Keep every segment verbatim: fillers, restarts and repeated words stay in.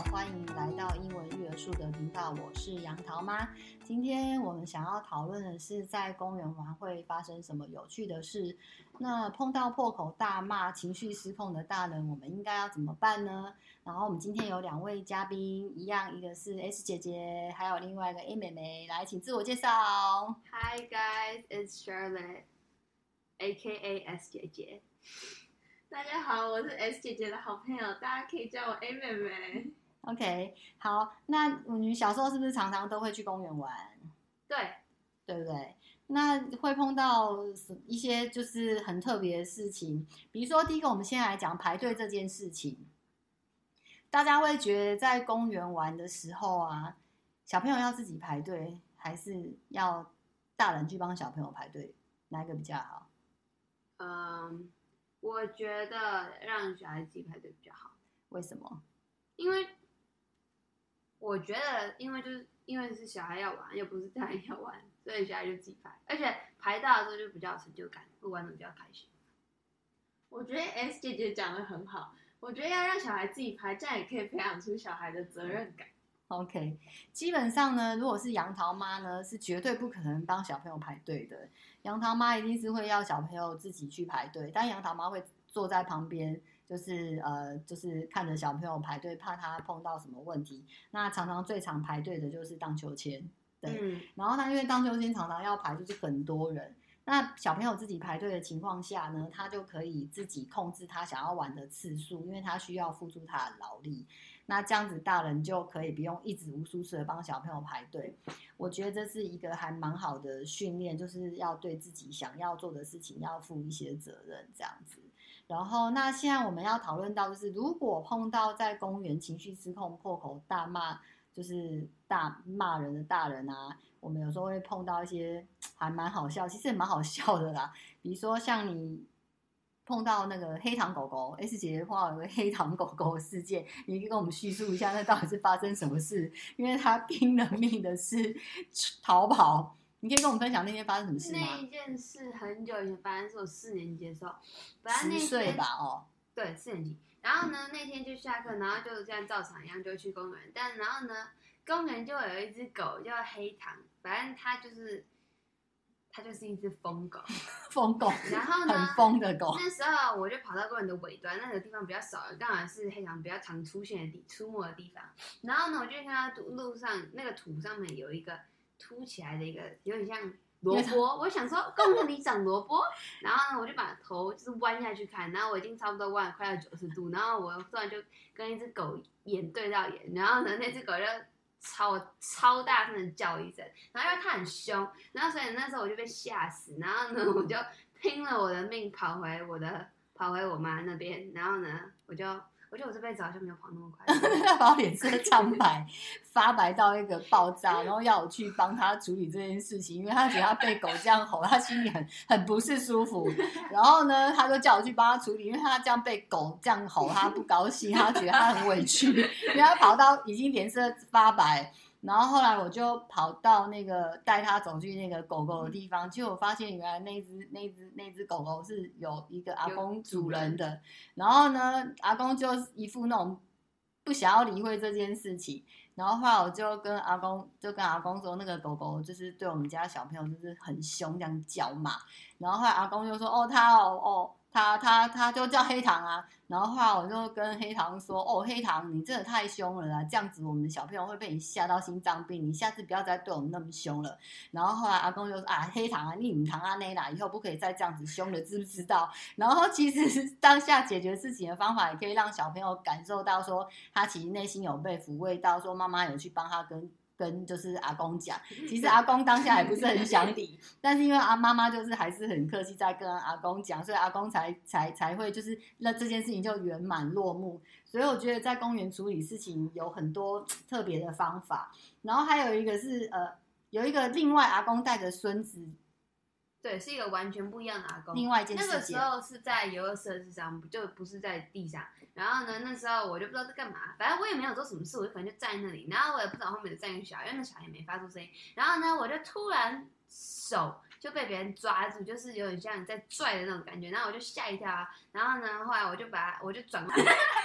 欢迎来到英文育儿树的频道，我是杨桃妈。今天我们想要讨论的是，在公园玩会发生什么有趣的事。那碰到破口大骂、情绪失控的大人，我们应该要怎么办呢？然后我们今天有两位嘉宾，一样，一个是 S 姐姐，还有另外一个 A 妹妹，来，请自我介绍。 Hi guys, it's Charlotte, A K A S 姐姐。大家好，我是 S 姐姐的好朋友，大家可以叫我 A 妹妹。 OK， 好，那你小时候是不是常常都会去公园玩？ 对， 对不对？那会碰到一些就是很特别的事情，比如说第一个，我们先来讲排队这件事情。大家会觉得在公园玩的时候啊，小朋友要自己排队，还是要大人去帮小朋友排队，哪一个比较好？ 嗯，我觉得让小孩自己排队比较好。 为什么？ 因为我觉得，因为就是因为是小孩要玩，又不是大人要玩，所以小孩就自己排，而且排到的时候就比较有成就感，会玩的比较开心。我觉得 S 姐姐讲的很好，我觉得要让小孩自己排，这样也可以培养出小孩的责任感。 OK， 基本上呢，如果是杨桃妈呢，是绝对不可能帮小朋友排队的。杨桃妈一定是会要小朋友自己去排队，但杨桃妈会坐在旁边，就是呃，就是看着小朋友排队，怕他碰到什么问题。那常常最常排队的就是荡秋千，对。嗯、然后呢，因为荡秋千常常要排，就是很多人。那小朋友自己排队的情况下呢，他就可以自己控制他想要玩的次数，因为他需要付出他的劳力。那这样子大人就可以不用一直无数次的帮小朋友排队。我觉得这是一个还蛮好的训练，就是要对自己想要做的事情要负一些责任这样子。然后那现在我们要讨论到，就是如果碰到在公园情绪失控、破口大骂，就是大骂人的大人啊，我们有时候会碰到一些还蛮好笑，其实也蛮好笑的啦。比如说像你碰到那个黑糖狗狗 ，S 姐姐碰到有个黑糖狗狗事件，你可以跟我们叙述一下，那到底是发生什么事？因为他拼了命的是逃跑，你可以跟我们分享那天发生什么事吗？ 那一件事很久以前发生，是我四年级的时候， 十岁吧，哦， 对，四年级。然后呢，那天就下课，然后就像照常一样就去公园，但然后呢，公园就有一只狗叫黑糖，反正它就是它就是一只疯狗， 疯狗， 然后呢， 很疯的狗。 那时候我就跑到公园的尾端，那个地方比较少人，刚好是黑糖比较常出现的地出没的地方。然后呢，我就看到路上那个土上面有一个凸起来的一个，有点像萝卜。我想说，公园里长萝卜。然后呢，我就把头就是弯下去看，然后我已经差不多弯了快要九十度，然后我突然就跟一只狗眼对到眼，然后呢，那只狗就超超大声的叫一声，然后因为它很凶，然后所以那时候我就被吓死，然后呢，我就拼了我的命跑回我的跑回我妈那边，然后呢，我就我觉得我这辈子好像没有跑那么快， 他把我脸色苍白，发白到一个爆炸，然后要我去帮他处理这件事情，因为他觉得他被狗这样吼，他心里很很不是舒服。然后呢，他就叫我去帮他处理，因为他这样被狗这样吼，他不高兴，他觉得他很委屈，因为他跑到已经脸色发白。然后后来我就跑到那个带他走去那个狗狗的地方，结果发现原来那只那只那只狗狗是有一个阿公主人的，然后呢，阿公就一副那种不想要理会这件事情，然后后来我就跟阿公就跟阿公说，那个狗狗就是对我们家小朋友就是很凶，这样叫骂，然后后来阿公就说，哦，他哦哦。他他他就叫黑糖啊，然后后来我就跟黑糖说，哦，黑糖你真的太凶了啦，这样子我们小朋友会被你吓到心脏病，你下次不要再对我们那么凶了。然后后来阿公就说，啊，黑糖啊，你唔糖啊那啦，以后不可以再这样子凶了，知不知道？然后其实当下解决事情的方法，也可以让小朋友感受到说，他其实内心有被抚慰到，说妈妈有去帮他跟。跟就是阿公讲，其实阿公当下也不是很想理，但是因为阿妈妈就是还是很客气在跟阿公讲，所以阿公才才才会就是那这件事情就圆满落幕。所以我觉得在公园处理事情有很多特别的方法，然后还有一个是呃有一个另外阿公带着孙子。 对，是一个完全不一样的阿公。 另外一件事情， 那个时候是在游乐设施上，就不是在地上。然后呢，那时候我就不知道在干嘛，反正我也没有做什么事，我就可能就站在那里。然后我也不知道后面有站一个小孩，因为那小孩也没发出声音。然后呢，我就突然手就被别人抓住，就是有点像在拽的那种感觉。然后我就吓一跳啊。然后呢，后来我就把我就转过来，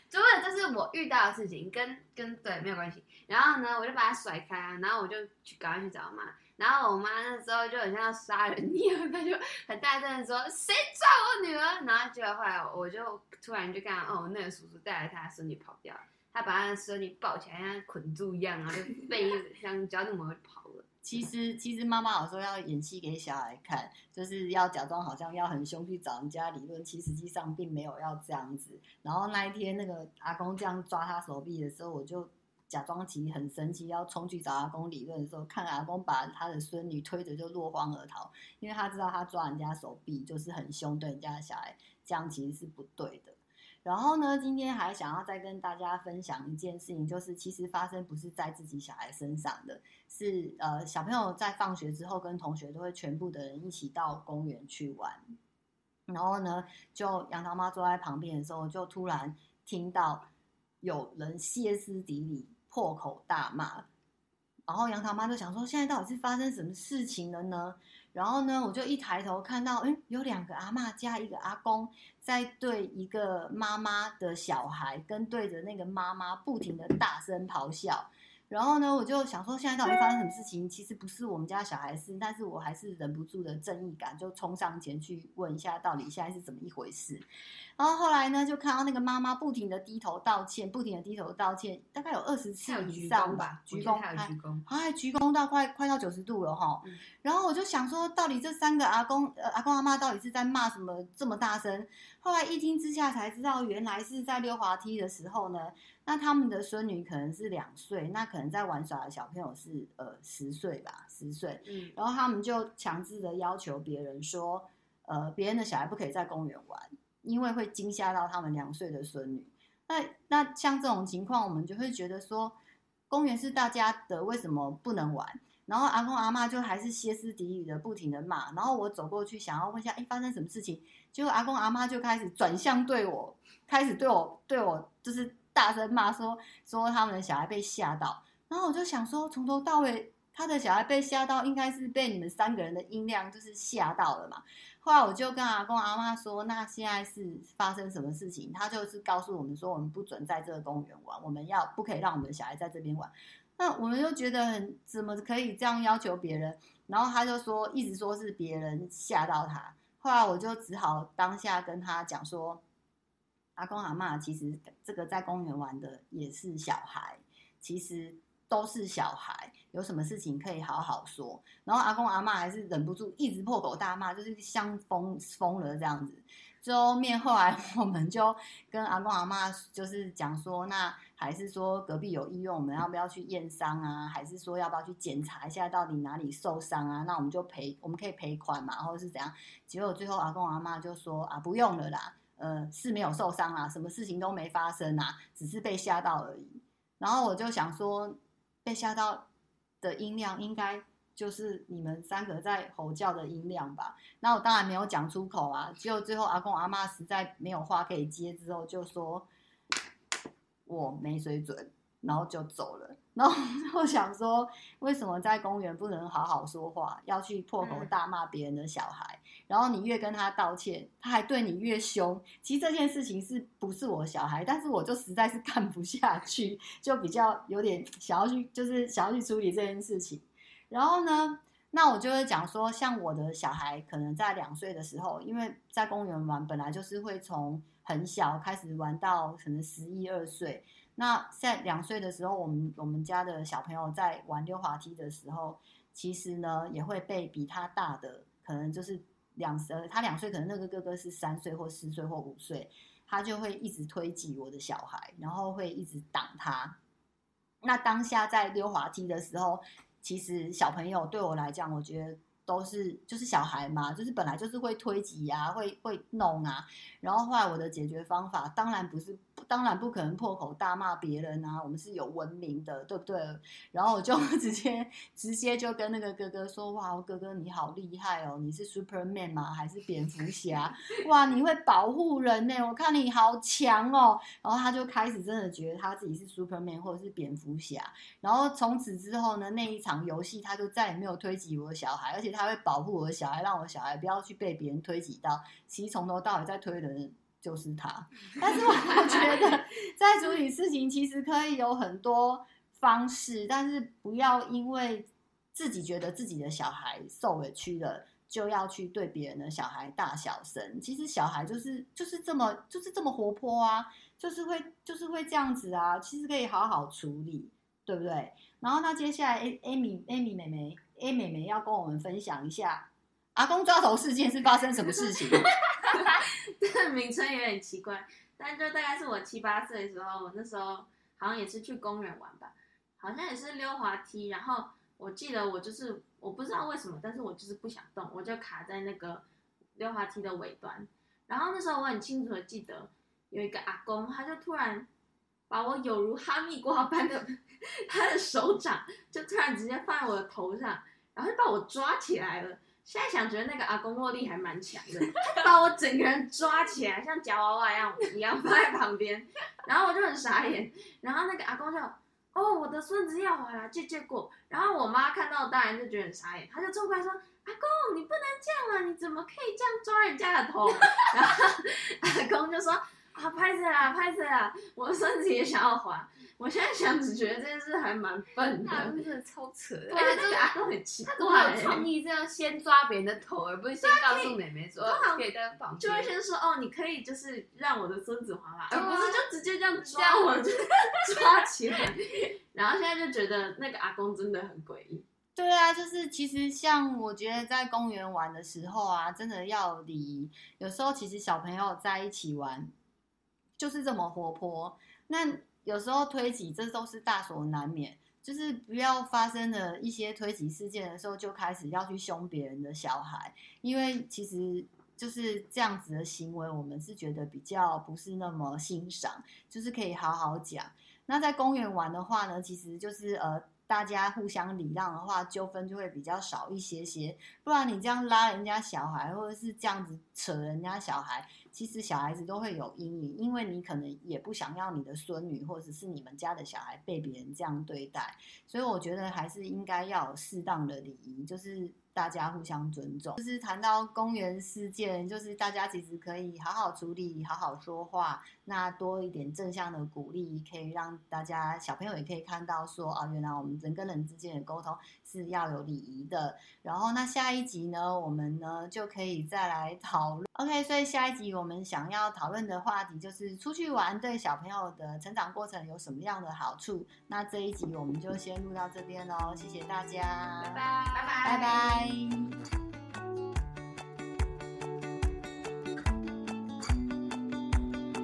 就为了这是我遇到的事情，跟跟对没有关系。然后呢，我就把他甩开啊，然后我就去赶快去找我妈。然后我妈那时候就很像要杀人一样，她就很大声的说：“谁抓我女儿？”然后结果后来我就突然就看到，哦，那个叔叔带着他的孙女跑掉了，他把他的孙女抱起来，像捆住一样，然后就飞像脚底膜就跑了。 其实，其实妈妈有时候要演戏给小孩看，就是要假装好像要很凶去找人家理论，其实实际上并没有要这样子。然后那一天那个阿公这样抓他手臂的时候，我就假装其实很生气，要冲去找阿公理论的时候，看阿公把他的孙女推着就落荒而逃，因为他知道他抓人家手臂就是很凶对人家的小孩，这样其实是不对的。然后呢，今天还想要再跟大家分享一件事情，就是其实发生不是在自己小孩身上的，是呃小朋友在放学之后跟同学都会全部的人一起到公园去玩。然后呢，就杨桃妈坐在旁边的时候，就突然听到有人歇斯底里、破口大骂。然后杨桃妈就想说，现在到底是发生什么事情了呢？然后呢，我就一抬头看到，嗯，有两个阿嬷加一个阿公在对一个妈妈的小孩，跟对着那个妈妈不停的大声咆哮。然后呢，我就想说，现在到底发生什么事情？其实不是我们家小孩事，但是我还是忍不住的正义感，就冲上前去问一下，到底现在是怎么一回事。然后后来呢，就看到那个妈妈不停的低头道歉，不停的低头道歉，大概有二十次以上吧， 鞠躬，还有鞠躬， 还鞠躬到快快到九十度了哈。嗯、然后我就想说，到底这三个阿公、呃、阿公阿嬷到底是在骂什么这么大声？后来一听之下才知道，原来是在溜滑梯的时候呢，那他们的孙女可能是两岁，那可能在玩耍的小朋友是呃十岁吧，十岁。嗯，然后他们就强制的要求别人说，呃，别人的小孩不可以在公园玩。因为会惊吓到他们两岁的孙女，那那像这种情况，我们就会觉得说，公园是大家的，为什么不能玩？然后阿公阿嬷就还是歇斯底里的不停的骂，然后我走过去想要问一下，哎，发生什么事情？结果阿公阿嬷就开始转向对我，开始对我对我就是大声骂说说他们的小孩被吓到，然后我就想说，从头到尾他的小孩被吓到，应该是被你们三个人的音量就是吓到了嘛。后来我就跟阿公阿嬷说，那现在是发生什么事情？他就是告诉我们说，我们不准在这个公园玩，我们要不可以让我们的小孩在这边玩。那我们就觉得很怎么可以这样要求别人？然后他就说，一直说是别人吓到他。后来我就只好当下跟他讲说，阿公阿嬷其实这个在公园玩的也是小孩，其实都是小孩，有什么事情可以好好说。然后阿公阿嬷还是忍不住一直破口大骂，就是像疯疯了这样子。最后面后来我们就跟阿公阿嬷就是讲说，那还是说隔壁有医院，我们要不要去验伤啊？还是说要不要去检查一下到底哪里受伤啊？那我们就赔，我们可以赔款嘛，或者是怎样？结果最后阿公阿嬷就说啊，不用了啦，呃，是没有受伤啦，什么事情都没发生啦，只是被吓到而已。然后我就想说，被吓到的音量应该就是你们三个在吼叫的音量吧？那我当然没有讲出口啊。结果最后阿公阿嬷实在没有话可以接，之后就说我没水准，然后就走了。然后我想说，为什么在公园不能好好说话，要去破口大骂别人的小孩？然后你越跟他道歉，他还对你越凶。其实这件事情是不是我小孩？但是我就实在是看不下去，就比较有点想要去，就是想要去处理这件事情。然后呢，那我就会讲说，像我的小孩可能在两岁的时候，因为在公园玩本来就是会从很小开始玩到可能十一二岁。那在两岁的时候，我们我们家的小朋友在玩溜滑梯的时候，其实呢也会被比他大的，可能就是两岁，他两岁，可能那个哥哥是三岁或四岁或五岁，他就会一直推挤我的小孩，然后会一直挡他。那当下在溜滑梯的时候，其实小朋友对我来讲，我觉得都是就是小孩嘛，就是本来就是会推挤啊，会会弄啊。然后后来我的解决方法，当然不是，当然不可能破口大骂别人啊，我们是有文明的，对不对？然后我就直接直接就跟那个哥哥说，哇，哥哥你好厉害哦，你是 Superman 吗？还是蝙蝠侠？哇，你会保护人呢，我看你好强哦。然后他就开始真的觉得他自己是 Superman 或者是蝙蝠侠。然后从此之后呢，那一场游戏他就再也没有推挤我的小孩，而且他会保护我的小孩，让我的小孩不要去被别人推挤到。其实从头到尾在推的人就是他。但是我觉得在处理事情其实可以有很多方式，但是不要因为自己觉得自己的小孩受委屈了，就要去对别人的小孩大小声。其实小孩就是就是这么就是这么活泼啊，就是会就是会这样子啊，其实可以好好处理，对不对？然后那接下来 Amy Amy 妹妹 A 妹妹要跟我们分享一下阿公抓头事件是发生什么事情？ 这个名称有点奇怪，但就大概是我七八岁的时候，我那时候好像也是去公园玩吧，好像也是溜滑梯，然后我记得我就是我不知道为什么，但是我就是不想动，我就卡在那个溜滑梯的尾端，然后那时候我很清楚的记得有一个阿公，他就突然把我有如哈密瓜般的他的手掌就突然直接放在我的头上，然后就把我抓起来了。现在想觉得那个阿公握力还蛮强的，把我整个人抓起来，像夹娃娃一样一样放在旁边，然后我就很傻眼，然后那个阿公就哦，我的孙子要回来，借借过。然后我妈看到当然就觉得很傻眼，她就冲过来说：“阿公，你不能这样啊，你怎么可以这样抓人家的头？”然后阿公就说：“啊，拍摄啦，拍摄啦，我的孙子也想要还。”我现在想只觉得这件事还蛮笨的， 真的超扯的。 而且那个阿公很奇怪， 他怎么有创意这样先抓别人的头，而不是先告诉妹妹说可以在旁边， 就会先说哦，你可以就是让我的孙子还来，而不是就直接这样抓这样我，就抓起来。然后现在就觉得那个阿公真的很诡异。 对啊，就是其实像我觉得在公园玩的时候啊，真的要有礼仪。有时候其实小朋友在一起玩就是这么活泼，那有时候推挤这都是大所难免，就是不要发生了一些推挤事件的时候就开始要去凶别人的小孩，因为其实就是这样子的行为我们是觉得比较不是那么欣赏，就是可以好好讲。那在公园玩的话呢，其实就是呃大家互相礼让的话，纠纷就会比较少一些些。不然你这样拉人家小孩，或者是这样子扯人家小孩，其实小孩子都会有阴影，因为你可能也不想要你的孙女或者是你们家的小孩被别人这样对待，所以我觉得还是应该要有适当的礼仪，就是大家互相尊重。就是谈到公园事件，就是大家其实可以好好处理，好好说话，那多一点正向的鼓励，可以让大家小朋友也可以看到说啊，原来我们人跟人之间的沟通是要有礼仪的。然后那下一集呢，我们呢就可以再来讨论。OK， 所以下一集我们想要讨论的话题就是出去玩对小朋友的成长过程有什么样的好处。那这一集我们就先录到这边咯，谢谢大家， 拜拜拜拜。